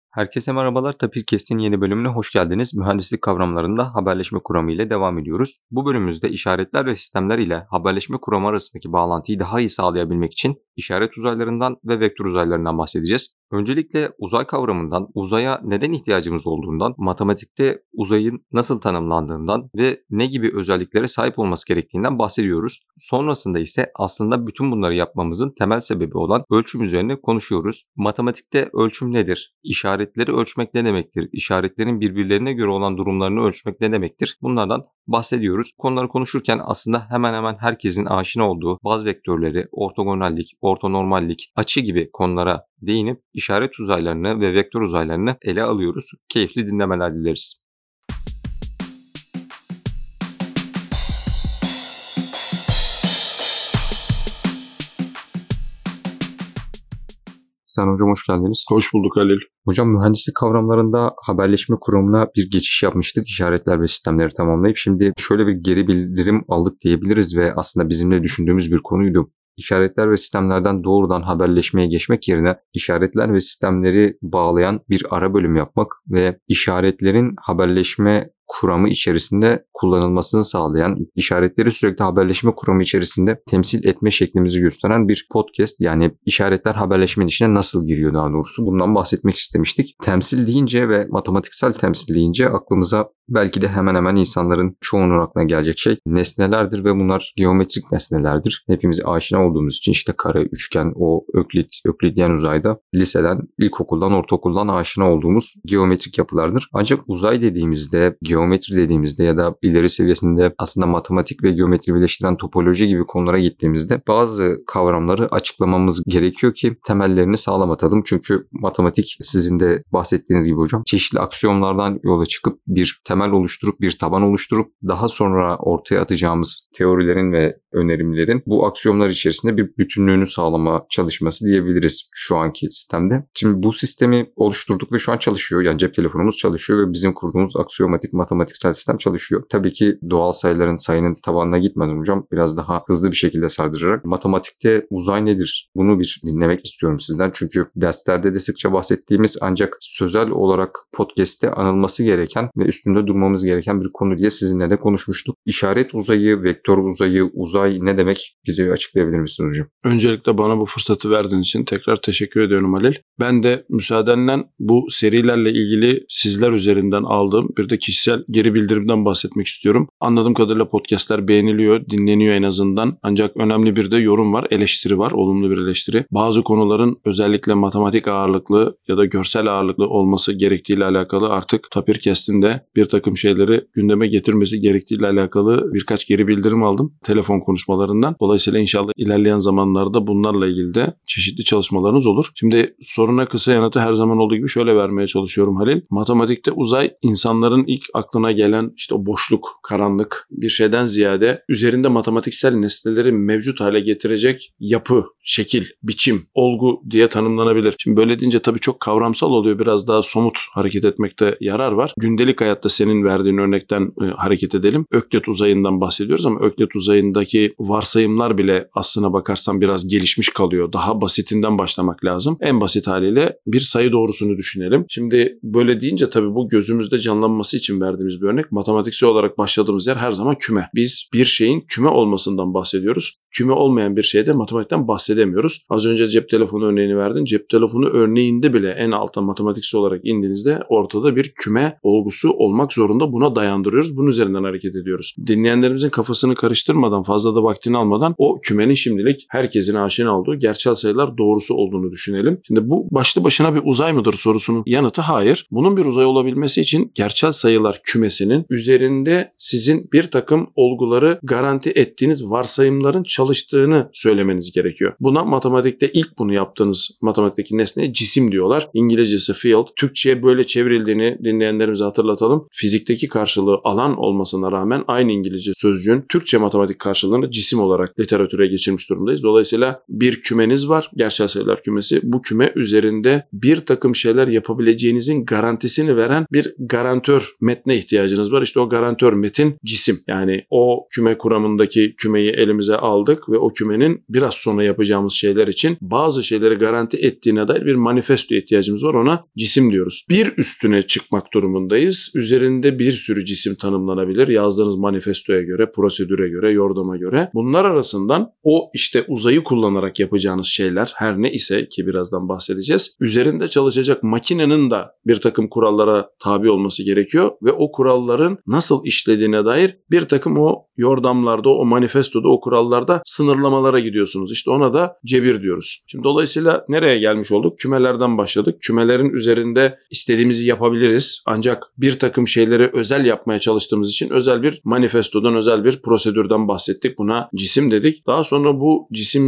Herkese merhabalar. Tapirkest'in yeni bölümüne hoş geldiniz. Mühendislik kavramlarında haberleşme kuramı ile devam ediyoruz. Bu bölümümüzde işaretler ve sistemler ile haberleşme kuramı arasındaki bağlantıyı daha iyi sağlayabilmek için işaret uzaylarından ve vektör uzaylarından bahsedeceğiz. Öncelikle uzay kavramından, uzaya neden ihtiyacımız olduğundan, matematikte uzayın nasıl tanımlandığından ve ne gibi özelliklere sahip olması gerektiğinden bahsediyoruz. Sonrasında ise aslında bütün bunları yapmamızın temel sebebi olan ölçüm üzerine konuşuyoruz. Matematikte ölçüm nedir? İşaretleri ölçmek ne demektir? İşaretlerin birbirlerine göre olan durumlarını ölçmek ne demektir? Bunlardan bahsediyoruz. Konuları konuşurken aslında hemen hemen herkesin aşina olduğu baz vektörleri, ortogonallik, ortonormallik, açı gibi konulara değinip işaret uzaylarını ve vektör uzaylarını ele alıyoruz. Keyifli dinlemeler dileriz. Sen hocam hoş geldiniz. Hoş bulduk Halil. Hocam mühendislik kavramlarında haberleşme kuramına bir geçiş yapmıştık. İşaretler ve sistemleri tamamlayıp şimdi şöyle bir geri bildirim aldık diyebiliriz ve aslında bizim de düşündüğümüz bir konuydu. İşaretler ve sistemlerden doğrudan haberleşmeye geçmek yerine işaretler ve sistemleri bağlayan bir ara bölüm yapmak ve işaretlerin haberleşme kuramı içerisinde kullanılmasını sağlayan, işaretleri sürekli haberleşme kuramı içerisinde temsil etme şeklimizi gösteren bir podcast. Yani işaretler haberleşmenin içine nasıl giriyor daha doğrusu bundan bahsetmek istemiştik. Temsil deyince ve matematiksel temsil deyince aklımıza belki de hemen hemen insanların çoğunun aklına gelecek şey nesnelerdir ve bunlar geometrik nesnelerdir. Hepimiz aşina olduğumuz için işte kare, üçgen, o Öklidyen uzayda liseden, ilkokuldan, ortaokuldan aşina olduğumuz geometrik yapılardır. Ancak uzay dediğimizde, geometri dediğimizde ya da ileri seviyesinde aslında matematik ve geometri birleştiren topoloji gibi konulara gittiğimizde bazı kavramları açıklamamız gerekiyor ki temellerini sağlam atalım. Çünkü matematik sizin de bahsettiğiniz gibi hocam çeşitli aksiyomlardan yola çıkıp bir temel oluşturup bir taban oluşturup daha sonra ortaya atacağımız teorilerin ve önerimlerin bu aksiyomlar içerisinde bir bütünlüğünü sağlama çalışması diyebiliriz şu anki sistemde. Şimdi bu sistemi oluşturduk ve şu an çalışıyor. Yani cep telefonumuz çalışıyor ve bizim kurduğumuz aksiyomatik matematiksel sistem çalışıyor. Tabii ki doğal sayının tabanına gitmeden hocam biraz daha hızlı bir şekilde sardırarak matematikte uzay nedir? Bunu bir dinlemek istiyorum sizden. Çünkü derslerde de sıkça bahsettiğimiz ancak sözel olarak podcast'te anılması gereken ve üstünde durmamız gereken bir konu diye sizinle de konuşmuştuk. İşaret uzayı, vektör uzayı, uzay ne demek? Bize açıklayabilir misiniz hocam? Öncelikle bana bu fırsatı verdiğin için tekrar teşekkür ediyorum Halil. Ben de müsaadenle bu serilerle ilgili sizler üzerinden aldığım bir de kişisel geri bildirimden bahsetmek istiyorum. Anladığım kadarıyla podcastler beğeniliyor, dinleniyor en azından. Ancak önemli bir de yorum var, eleştiri var, olumlu bir eleştiri. Bazı konuların özellikle matematik ağırlıklı ya da görsel ağırlıklı olması gerektiğiyle alakalı artık Tapirkest'in de bir takım şeyleri gündeme getirmesi gerektiğiyle alakalı birkaç geri bildirim aldım telefon konuşmalarından. Dolayısıyla inşallah ilerleyen zamanlarda bunlarla ilgili de çeşitli çalışmalarınız olur. Şimdi soruna kısa yanıtı her zaman olduğu gibi şöyle vermeye çalışıyorum Halil. Matematikte uzay insanların ilk aklına gelen işte o boşluk, karanlık bir şeyden ziyade üzerinde matematiksel nesneleri mevcut hale getirecek yapı, şekil, biçim, olgu diye tanımlanabilir. Şimdi böyle deyince tabii çok kavramsal oluyor. Biraz daha somut hareket etmekte yarar var. Gündelik hayatta senin verdiğin örnekten hareket edelim. Öklit uzayından bahsediyoruz ama Öklit uzayındaki varsayımlar bile aslına bakarsan biraz gelişmiş kalıyor. Daha basitinden başlamak lazım. En basit haliyle bir sayı doğrusunu düşünelim. Şimdi böyle deyince tabii bu gözümüzde canlanması için verdiğimiz bir örnek. Matematiksel olarak başladığımız yer her zaman küme. Biz bir şeyin küme olmasından bahsediyoruz. Küme olmayan bir şeyde matematikten bahsedemiyoruz. Az önce cep telefonu örneğini verdin. Cep telefonu örneğinde bile en alta matematiksel olarak indiğinizde ortada bir küme olgusu olmak zorunda. Buna dayandırıyoruz. Bunun üzerinden hareket ediyoruz. Dinleyenlerimizin kafasını karıştırmadan, fazla da vaktini almadan o kümenin şimdilik herkesin aşina olduğu gerçel sayılar doğrusu olduğunu düşünelim. Şimdi bu başlı başına bir uzay mıdır sorusunun yanıtı hayır. Bunun bir uzay olabilmesi için gerçel sayılar kümesinin üzerinde sizin bir takım olguları garanti ettiğiniz varsayımların çalıştığını söylemeniz gerekiyor. Buna matematikte ilk bunu yaptığınız matematikteki nesneye cisim diyorlar. İngilizcesi field. Türkçe'ye böyle çevrildiğini dinleyenlerimize hatırlatalım. fizikteki karşılığı alan olmasına rağmen aynı İngilizce sözcüğün Türkçe matematik karşılığını cisim olarak literatüre geçirmiş durumdayız. Dolayısıyla bir kümeniz var, gerçel sayılar kümesi. Bu küme üzerinde bir takım şeyler yapabileceğinizin garantisini veren bir garantör metne ihtiyacınız var. İşte o garantör metin cisim. Yani o küme kuramındaki kümeyi elimize aldık ve o kümenin biraz sonra yapacağımız şeyler için bazı şeyleri garanti ettiğine dair bir manifesto ihtiyacımız var. Ona cisim diyoruz. Bir üstüne çıkmak durumundayız. Üzerinde bir sürü cisim tanımlanabilir. Yazdığınız manifestoya göre, prosedüre göre, yordama göre. Bunlar arasından o işte uzayı kullanarak yapacağınız şeyler her ne ise ki birazdan bahsedeceğiz. Üzerinde çalışacak makinenin de bir takım kurallara tabi olması gerekiyor ve o kuralların nasıl işlediğine dair bir takım o yordamlarda, o manifestoda, o kurallarda sınırlamalara gidiyorsunuz. İşte ona da cebir diyoruz. Şimdi dolayısıyla nereye gelmiş olduk? Kümelerden başladık. Kümelerin üzerinde istediğimizi yapabiliriz. Ancak bir takım şeyleri özel yapmaya çalıştığımız için özel bir manifestodan, özel bir prosedürden bahsettik. Buna cisim dedik. Daha sonra bu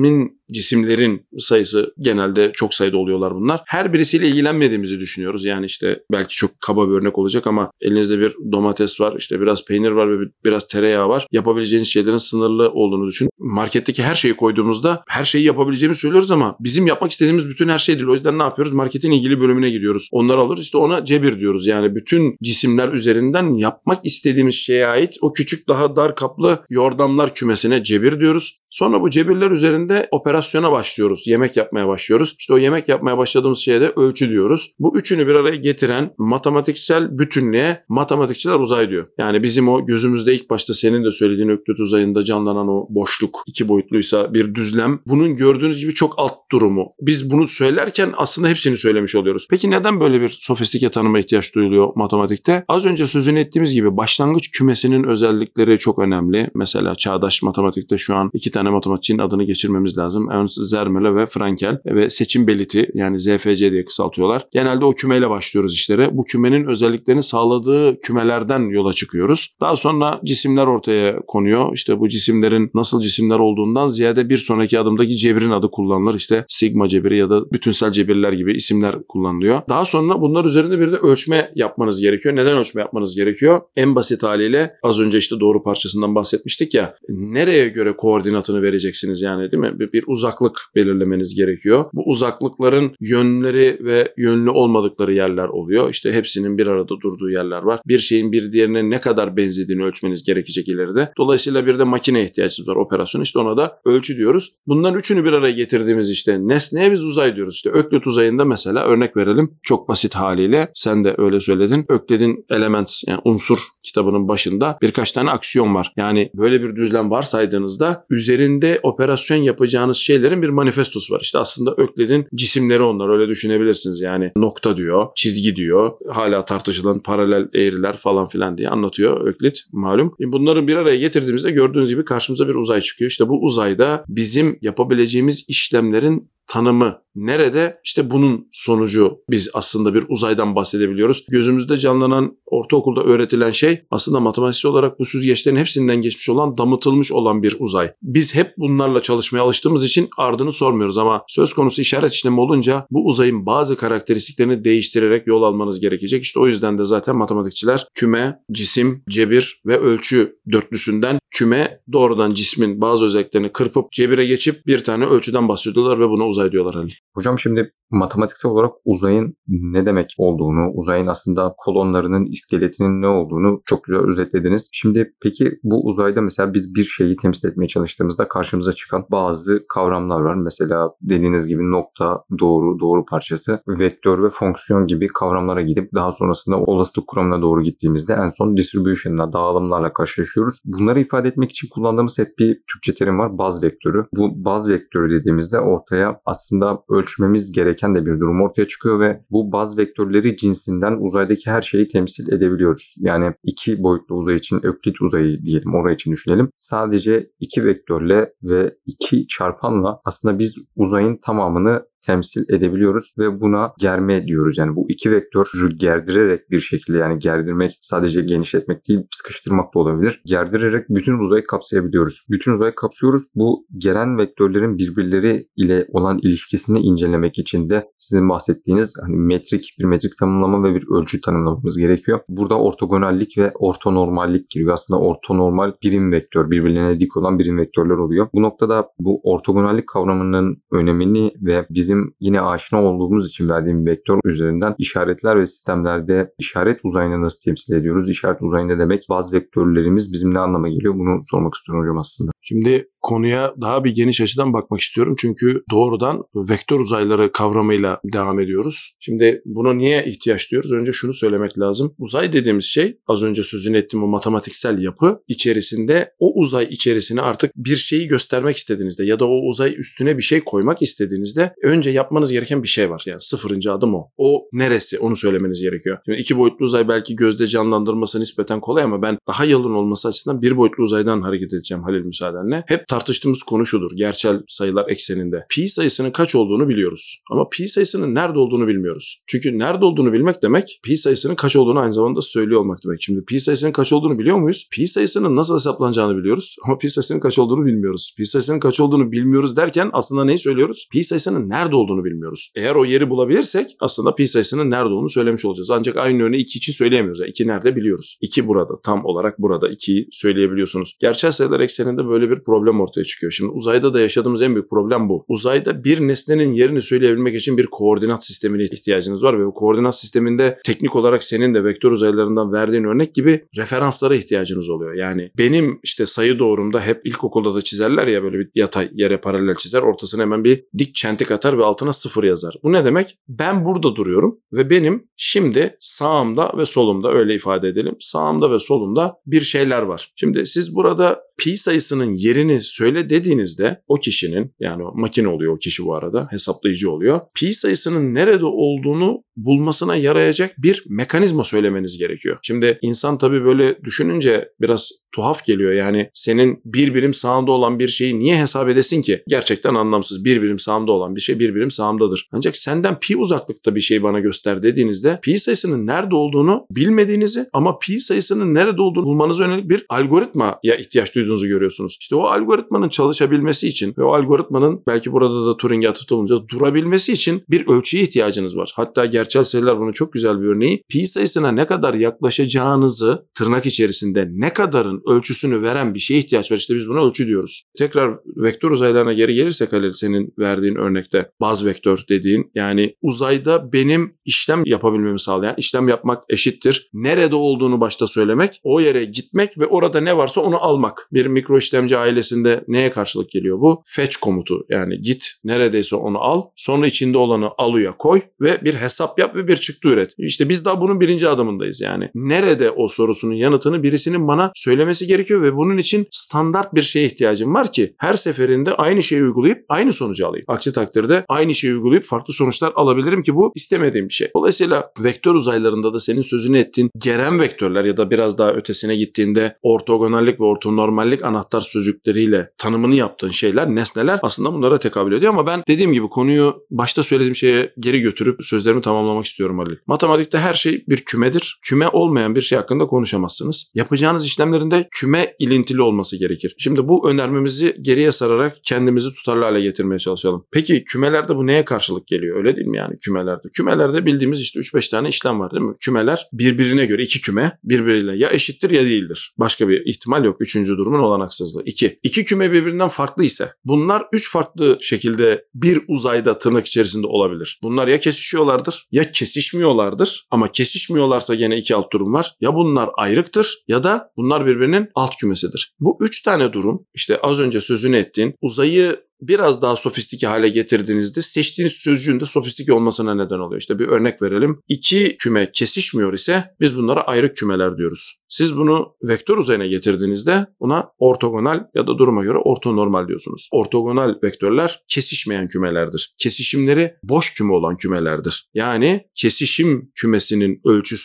cisimlerin sayısı genelde çok sayıda oluyorlar bunlar. Her birisiyle ilgilenmediğimizi düşünüyoruz. Yani işte belki çok kaba bir örnek olacak ama elinizde bir domates var, işte biraz peynir var ve biraz tereyağı var. Yapabileceğiniz şeylerin sınırlı olduğunu düşünün. Marketteki her şeyi koyduğumuzda her şeyi yapabileceğimizi söylüyoruz ama bizim yapmak istediğimiz bütün her şey değil. O yüzden ne yapıyoruz? Marketin ilgili bölümüne gidiyoruz. Onları alıyoruz. İşte ona cebir diyoruz. Yani bütün cisimler üzerinden yapmak istediğimiz şeye ait o küçük daha dar kaplı yordamlar kümesine cebir diyoruz. Sonra bu cebirler üzerinde operasyona başlıyoruz. Yemek yapmaya başlıyoruz. İşte o yemek yapmaya başladığımız şeye de ölçü diyoruz. Bu üçünü bir araya getiren matematiksel bütünlüğe matematikçiler uzay diyor. Yani bizim o gözümüzde ilk başta senin de söylediğin Öklit uzayında canlanan o boşluk, iki boyutluysa bir düzlem. Bunun gördüğünüz gibi çok alt durumu. Biz bunu söylerken aslında hepsini söylemiş oluyoruz. Peki neden böyle bir sofistike tanıma ihtiyaç duyuluyor matematikte? Az önce sözünü ettiğimiz gibi başlangıç kümesinin özellikleri çok önemli. Mesela çağdaş matematikte şu an iki tane matematikçinin adını geçirmemiz lazım. Ernst Zermelo ve Frankel ve seçim beliti yani ZFC diye kısaltıyorlar. Genelde o kümeyle başlıyoruz işlere. Bu kümenin özelliklerini sağladığı kümelerden yola çıkıyoruz. Daha sonra cisimler ortaya konuyor. İşte bu cisimlerin nasıl cisimler olduğundan ziyade bir sonraki adımdaki cebirin adı kullanılır. İşte sigma cebiri ya da bütünsel cebirler gibi isimler kullanılıyor. Daha sonra bunlar üzerinde bir de ölçme yapmanız gerekiyor. Neden ölçme yapmanız gerekiyor? En basit haliyle az önce işte doğru parçasından bahsetmiştik ya. Nereye göre koordinatını vereceksiniz yani değil mi? Bir uzaklık belirlemeniz gerekiyor. Bu uzaklıkların yönleri ve yönlü olmadıkları yerler oluyor. İşte hepsinin bir arada durduğu yerler var. Bir şeyin bir diğerine ne kadar benzediğini ölçmeniz gerekecek ileride. Dolayısıyla bir de makine ihtiyacınız var, operasyon. İşte ona da ölçü diyoruz. Bunların üçünü bir araya getirdiğimiz işte nesneye biz uzay diyoruz. İşte Öklit uzayında mesela örnek verelim. Çok basit haliyle sen de öyle söyledin. Öklit'in Elements yani unsur kitabının başında birkaç tane aksiyon var. Yani böyle bir düzlem varsaydığınızda üzerinde operasyon yapacağınız şeylerin bir manifestosu var. İşte aslında Öklit'in cisimleri onlar, öyle düşünebilirsiniz. Yani nokta diyor, çizgi diyor, hala tartışılan paralel eğriler falan filan diye anlatıyor Öklit malum. Bunları bir araya getirdiğimizde gördüğünüz gibi karşımıza bir uzay çıkıyor. İşte bu uzayda bizim yapabileceğimiz işlemlerin tanımı nerede? İşte bunun sonucu biz aslında bir uzaydan bahsedebiliyoruz. Gözümüzde canlanan ortaokulda öğretilen şey aslında matematiksel olarak bu süzgeçlerin hepsinden geçmiş olan, damıtılmış olan bir uzay. Biz hep bunlarla çalışmaya alıştığımız için ardını sormuyoruz ama söz konusu işaret işlemi olunca bu uzayın bazı karakteristiklerini değiştirerek yol almanız gerekecek. İşte o yüzden de zaten matematikçiler küme, cisim, cebir ve ölçü dörtlüsünden küme doğrudan cismin bazı özelliklerini kırpıp cebire geçip bir tane ölçüden bahsediyorlar ve buna uzay diyorlar Halil. Hocam şimdi matematiksel olarak uzayın ne demek olduğunu, uzayın aslında kolonlarının, iskeletinin ne olduğunu çok güzel özetlediniz. Şimdi peki bu uzayda mesela biz bir şeyi temsil etmeye çalıştığımızda karşımıza çıkan bazı kavramlar var. Mesela dediğiniz gibi nokta, doğru parçası, vektör ve fonksiyon gibi kavramlara gidip daha sonrasında olasılık kuramına doğru gittiğimizde en son distribution'la, dağılımlarla karşılaşıyoruz. Bunları ifade etmek için kullandığımız hep bir Türkçe terim var, baz vektörü. Bu baz vektörü dediğimizde ortaya aslında ölçmemiz gereken de bir durum ortaya çıkıyor ve bu baz vektörleri cinsinden uzaydaki her şeyi temsil edebiliyoruz. Yani iki boyutlu uzay için Öklit uzayı diyelim, oraya için düşünelim. Sadece iki vektörle ve iki çarpanla aslında biz uzayın tamamını temsil edebiliyoruz ve buna germe diyoruz. Yani bu iki vektörü gerdirerek bir şekilde, yani gerdirmek sadece genişletmek değil, sıkıştırmak da olabilir. Gerdirerek bütün uzayı kapsayabiliyoruz. Bütün uzayı kapsıyoruz. Bu gelen vektörlerin birbirleri ile olan ilişkisini incelemek için de sizin bahsettiğiniz hani bir metrik tanımlama ve bir ölçü tanımlamamız gerekiyor. Burada ortogonallik ve ortonormallik giriyor. Aslında ortonormal birim vektör, birbirlerine dik olan birim vektörler oluyor. Bu noktada bu ortogonallik kavramının önemini ve bizim yine aşina olduğumuz için verdiğim vektör üzerinden işaretler ve sistemlerde işaret uzayını nasıl temsil ediyoruz? İşaret uzayı ne demek? Bazı vektörlerimiz bizim ne anlama geliyor? Bunu sormak istiyorum hocam aslında. Şimdi konuya daha bir geniş açıdan bakmak istiyorum. Çünkü doğrudan vektör uzayları kavramıyla devam ediyoruz. Şimdi buna niye ihtiyaç duyuyoruz? Önce şunu söylemek lazım. Uzay dediğimiz şey, az önce sözünü ettiğim o matematiksel yapı içerisinde, o uzay içerisine artık bir şeyi göstermek istediğinizde ya da o uzay üstüne bir şey koymak istediğinizde önce yapmanız gereken bir şey var. Yani 0. adım o. O neresi? Onu söylemeniz gerekiyor. Şimdi 2 boyutlu uzay belki gözde canlandırması nispeten kolay ama ben daha yalın olması açısından 1 boyutlu uzaydan hareket edeceğim Halil müsaadenle. Hep tartıştığımız konu şudur. Gerçel sayılar ekseninde. Pi sayısının kaç olduğunu biliyoruz. Ama pi sayısının nerede olduğunu bilmiyoruz. Çünkü nerede olduğunu bilmek demek, pi sayısının kaç olduğunu aynı zamanda söylüyor olmak demek. Şimdi pi sayısının kaç olduğunu biliyor muyuz? Pi sayısının nasıl hesaplanacağını biliyoruz. Ama pi sayısının kaç olduğunu bilmiyoruz. Pi sayısının kaç olduğunu bilmiyoruz derken aslında neyi söylüyoruz? Pi sayısının nerede olduğunu bilmiyoruz. Eğer o yeri bulabilirsek aslında pi sayısının nerede olduğunu söylemiş olacağız. Ancak aynı örneği 2 için söyleyemiyoruz. Yani 2 nerede biliyoruz. 2 burada. Tam olarak burada 2'yi söyleyebiliyorsunuz. Gerçel sayılar ekseninde böyle bir problem ortaya çıkıyor. Şimdi uzayda da yaşadığımız en büyük problem bu. Uzayda bir nesnenin yerini söyleyebilmek için bir koordinat sistemine ihtiyacınız var ve bu koordinat sisteminde teknik olarak senin de vektör uzaylarından verdiğin örnek gibi referanslara ihtiyacınız oluyor. Yani benim işte sayı doğrumda hep ilkokulda da çizerler ya, böyle bir yatay yere paralel çizer, ortasına hemen bir dik çentik atar ve altına 0 yazar. Bu ne demek? Ben burada duruyorum ve benim şimdi sağımda ve solumda, öyle ifade edelim, sağımda ve solumda bir şeyler var. Şimdi siz burada pi sayısının yerini söyle dediğinizde o kişinin, yani o makine oluyor o kişi, bu arada hesaplayıcı oluyor, pi sayısının nerede olduğunu bulmasına yarayacak bir mekanizma söylemeniz gerekiyor. Şimdi insan tabii böyle düşününce biraz tuhaf geliyor. Yani senin bir birim sağında olan bir şeyi niye hesap edesin ki? Gerçekten anlamsız. Bir birim sağımda olan bir şey bir birim sağımdadır. Ancak senden pi uzaklıkta bir şey bana göster dediğinizde pi sayısının nerede olduğunu bilmediğinizi ama pi sayısının nerede olduğunu bulmanıza yönelik bir algoritmaya ihtiyaç duyduğunuzu görüyorsunuz. İşte o algoritmanın çalışabilmesi için ve o algoritmanın, belki burada da Turing'e atıfta bulunacağız, durabilmesi için bir ölçüye ihtiyacınız var. Hatta gerçel sayılar bunun çok güzel bir örneği. Pi sayısına ne kadar yaklaşacağınızı, tırnak içerisinde ne kadarın ölçüsünü veren bir şeye ihtiyaç var. İşte biz buna ölçü diyoruz. Tekrar vektör uzaylarına geri gelirsek Halil, senin verdiğin örnekte baz vektör dediğin, yani uzayda benim işlem yapabilmemi sağlayan, işlem yapmak eşittir nerede olduğunu başta söylemek, o yere gitmek ve orada ne varsa onu almak. Bir mikro işlemci ailesinde neye karşılık geliyor bu? Fetch komutu. Yani git, neredeyse onu al, sonra içinde olanı alıya koy ve bir hesap yap ve bir çıktı üret. İşte biz daha bunun 1. adımındayız yani. Nerede o sorusunun yanıtını birisinin bana söylemesi gerekiyor ve bunun için standart bir şeye ihtiyacım var ki her seferinde aynı şeyi uygulayıp aynı sonucu alayım. Aksi takdirde aynı şeyi uygulayıp farklı sonuçlar alabilirim ki bu istemediğim bir şey. Dolayısıyla vektör uzaylarında da senin sözünü ettiğin gelen vektörler ya da biraz daha ötesine gittiğinde ortogonallik ve ortonormallik anahtar sözcükleriyle tanımını yaptığın şeyler, nesneler aslında bunlara tekabül ediyor ama ben dediğim gibi konuyu başta söylediğim şeye geri götürüp sözlerimi tamamlamak istiyorum Halil. Matematikte her şey bir kümedir. Küme olmayan bir şey hakkında konuşamazsınız. Yapacağınız işlemlerinde küme ilintili olması gerekir. Şimdi bu önermemizi geriye sararak kendimizi tutarlı hale getirmeye çalışalım. Peki kümelerde bu neye karşılık geliyor? Öyle değil mi yani kümelerde? Kümelerde bildiğimiz işte 3-5 tane işlem var değil mi? Kümeler birbirine göre, iki küme birbiriyle ya eşittir ya değildir. Başka bir ihtimal yok. 3. durumun olanaksızlığı. 2. İki küme birbirinden farklı ise bunlar 3 farklı şekilde bir uzayda tırnak içerisinde olabilir. Bunlar ya kesişiyorlardır ya kesişmiyorlardır ama kesişmiyorlarsa gene 2 alt durum var. Ya bunlar ayrıktır ya da bunlar birbirinin alt kümesidir. Bu 3 tane durum, işte az önce sözünü ettiğin uzayı biraz daha sofistike hale getirdiğinizde seçtiğiniz sözcüğün de sofistike olmasına neden oluyor. İşte bir örnek verelim. 2 küme kesişmiyor ise biz bunlara ayrık kümeler diyoruz. Siz bunu vektör uzayına getirdiğinizde buna ortogonal ya da duruma göre ortonormal diyorsunuz. Ortogonal vektörler kesişmeyen kümelerdir. Kesişimleri boş küme olan kümelerdir. Yani kesişim kümesinin ölçüsü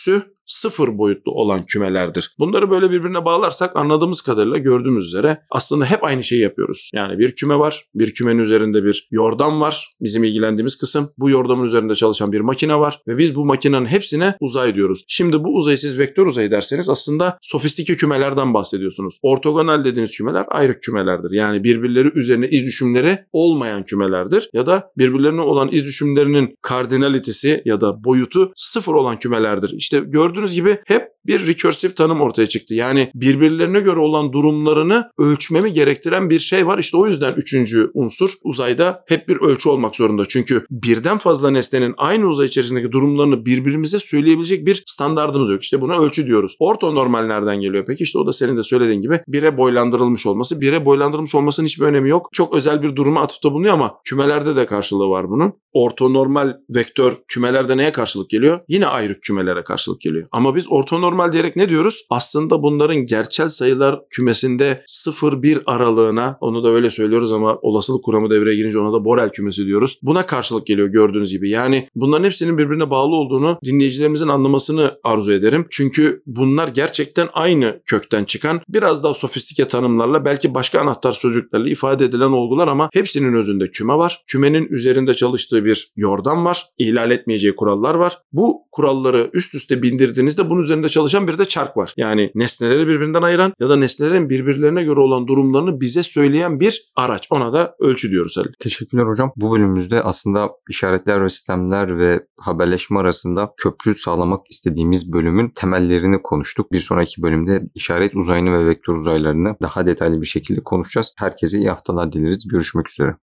sıfır boyutlu olan kümelerdir. Bunları böyle birbirine bağlarsak anladığımız kadarıyla gördüğümüz üzere aslında hep aynı şeyi yapıyoruz. Yani bir küme var, bir kümenin üzerinde bir yordam var, bizim ilgilendiğimiz kısım. Bu yordamın üzerinde çalışan bir makine var ve biz bu makinenin hepsine uzay diyoruz. Şimdi bu uzayı siz vektör uzayı derseniz aslında sofistike kümelerden bahsediyorsunuz. Ortogonal dediğiniz kümeler ayrık kümelerdir. Yani birbirleri üzerine iz düşümleri olmayan kümelerdir. Ya da birbirlerine olan iz düşümlerinin kardinalitesi ya da boyutu sıfır olan kümelerdir. İşte gördüğünüz gibi hep bir recursive tanım ortaya çıktı. Yani birbirlerine göre olan durumlarını ölçmemi gerektiren bir şey var. İşte o yüzden üçüncü unsur uzayda hep bir ölçü olmak zorunda. Çünkü birden fazla nesnenin aynı uzay içerisindeki durumlarını birbirimize söyleyebilecek bir standardımız yok. İşte buna ölçü diyoruz. Ortonormal nereden geliyor peki? İşte o da senin de söylediğin gibi 1'e boylandırılmış olması. 1'e boylandırılmış olmasının hiçbir önemi yok. Çok özel bir duruma atıfta bulunuyor ama kümelerde de karşılığı var bunun. Ortonormal vektör kümelerde neye karşılık geliyor? Yine ayrık kümelere karşılık geliyor. Ama biz ortonormal diyerek ne diyoruz? Aslında bunların gerçel sayılar kümesinde 0-1 aralığına, onu da öyle söylüyoruz ama olasılık kuramı devreye girince ona da Borel kümesi diyoruz. Buna karşılık geliyor gördüğünüz gibi. Yani bunların hepsinin birbirine bağlı olduğunu dinleyicilerimizin anlamasını arzu ederim. Çünkü bunlar gerçekten aynı kökten çıkan, biraz daha sofistike tanımlarla, belki başka anahtar sözcüklerle ifade edilen olgular ama hepsinin özünde küme var. Kümenin üzerinde çalıştığı bir yordam var. İhlal etmeyeceği kurallar var. Bu kuralları üst üste bindirdiğinizde bunun üzerinde çalışan bir de çark var. Yani nesneleri birbirinden ayıran ya da nesnelerin birbirlerine göre olan durumlarını bize söyleyen bir araç. Ona da ölçü diyoruz Halil. Teşekkürler hocam. Bu bölümümüzde aslında işaretler ve sistemler ve haberleşme arasında köprü sağlamak istediğimiz bölümün temellerini konuştuk. Bir sonraki bölümde işaret uzayını ve vektör uzaylarını daha detaylı bir şekilde konuşacağız. Herkese iyi haftalar dileriz. Görüşmek üzere.